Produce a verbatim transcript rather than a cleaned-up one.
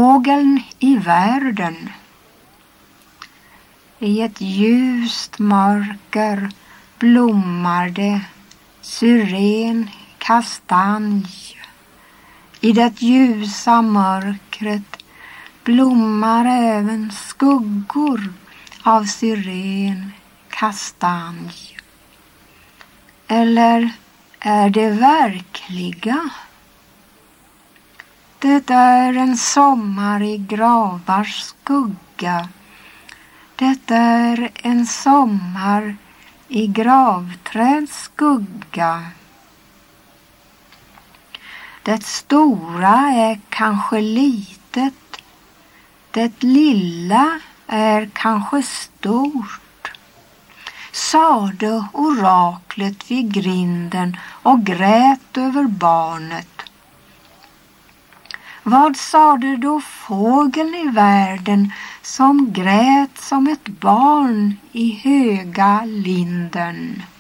fågeln i världen. I ett ljust mörker blommar det syren, kastanj. I det ljusa mörkret blommar även skuggor av syren, kastanj. Eller är det verkliga? Det är en sommar i gravars skugga. Det är en sommar i gravträds skugga. Det stora är kanske litet. Det lilla är kanske stort. Sade oraklet vid grinden och grät över barnet. Vad sade då fågeln i världen som grät som ett barn i höga linden?